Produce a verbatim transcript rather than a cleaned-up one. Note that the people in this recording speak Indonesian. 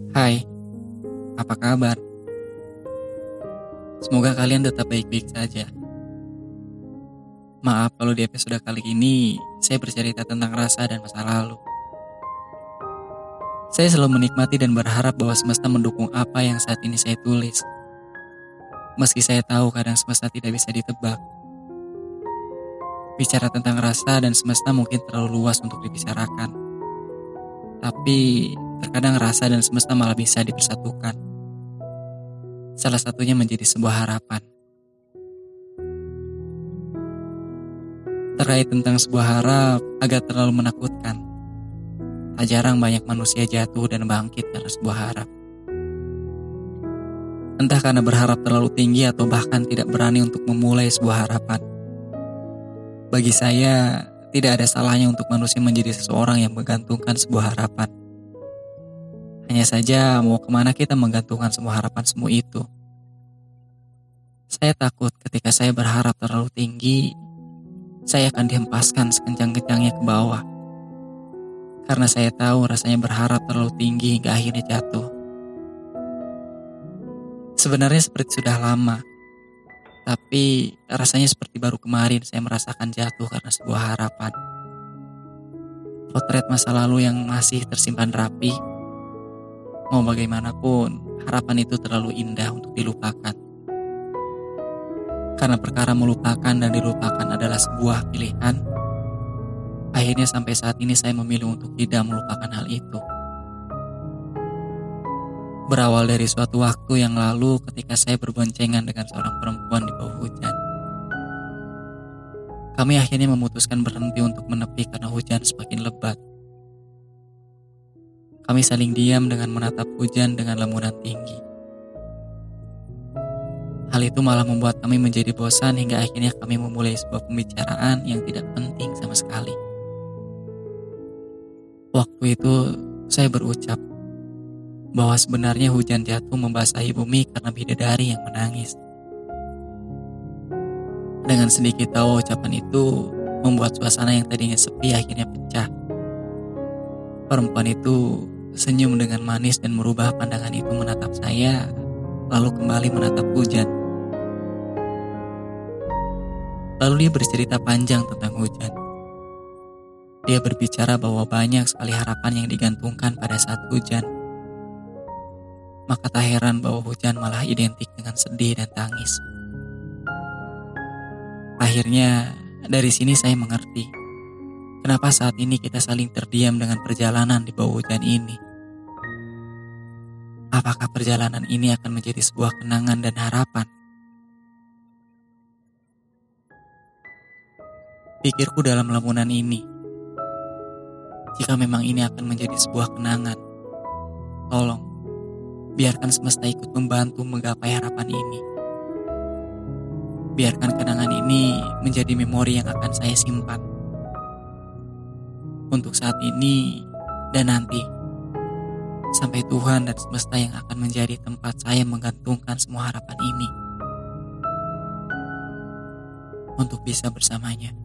Hai, apa kabar? Semoga kalian tetap baik-baik saja. Maaf kalau di episode kali ini saya bercerita tentang rasa dan masa lalu. Saya selalu menikmati dan berharap bahwa semesta mendukung apa yang saat ini saya tulis. Meski saya tahu kadang semesta tidak bisa ditebak. Bicara tentang rasa dan semesta mungkin terlalu luas untuk dibicarakan. Tapi terkadang rasa dan semesta malah bisa dipersatukan. Salah satunya menjadi sebuah harapan. Terkait tentang sebuah harap agak terlalu menakutkan. Tak jarang banyak manusia jatuh dan bangkit karena sebuah harap. Entah karena berharap terlalu tinggi atau bahkan tidak berani untuk memulai sebuah harapan. Bagi saya, tidak ada salahnya untuk manusia menjadi seseorang yang menggantungkan sebuah harapan. Hanya saja mau kemana kita menggantungkan semua harapan semu itu. Saya takut ketika saya berharap terlalu tinggi, saya akan dihempaskan sekencang-kencangnya ke bawah. Karena saya tahu rasanya berharap terlalu tinggi hingga akhirnya jatuh. Sebenarnya seperti sudah lama, tapi rasanya seperti baru kemarin saya merasakan jatuh karena sebuah harapan. Potret masa lalu yang masih tersimpan rapi. Mau bagaimanapun, harapan itu terlalu indah untuk dilupakan. Karena perkara melupakan dan dilupakan adalah sebuah pilihan, akhirnya sampai saat ini saya memilih untuk tidak melupakan hal itu. Berawal dari suatu waktu yang lalu ketika saya berboncengan dengan seorang perempuan di bawah hujan. Kami akhirnya memutuskan berhenti untuk menepi karena hujan semakin lebat. Kami saling diam dengan menatap hujan dengan lamunan tinggi. Hal itu malah membuat kami menjadi bosan hingga akhirnya kami memulai sebuah pembicaraan yang tidak penting sama sekali. Waktu itu saya berucap bahwa sebenarnya hujan jatuh membasahi bumi karena bidadari yang menangis. Dengan sedikit tahu ucapan itu membuat suasana yang tadinya sepi akhirnya pecah. Perempuan itu senyum dengan manis dan merubah pandangan itu menatap saya, lalu kembali menatap hujan. Lalu dia bercerita panjang tentang hujan. Dia berbicara bahwa banyak sekali harapan yang digantungkan pada saat hujan. Maka tak heran bahwa hujan malah identik dengan sedih dan tangis. Akhirnya, dari sini saya mengerti kenapa saat ini kita saling terdiam dengan perjalanan di bawah hujan ini. Apakah perjalanan ini akan menjadi sebuah kenangan dan harapan? Pikirku dalam lamunan ini, jika memang ini akan menjadi sebuah kenangan, tolong, biarkan semesta ikut membantu menggapai harapan ini. Biarkan kenangan ini menjadi memori yang akan saya simpan. Untuk saat ini dan nanti, sampai Tuhan dan semesta yang akan menjadi tempat saya menggantungkan semua harapan ini untuk bisa bersamanya.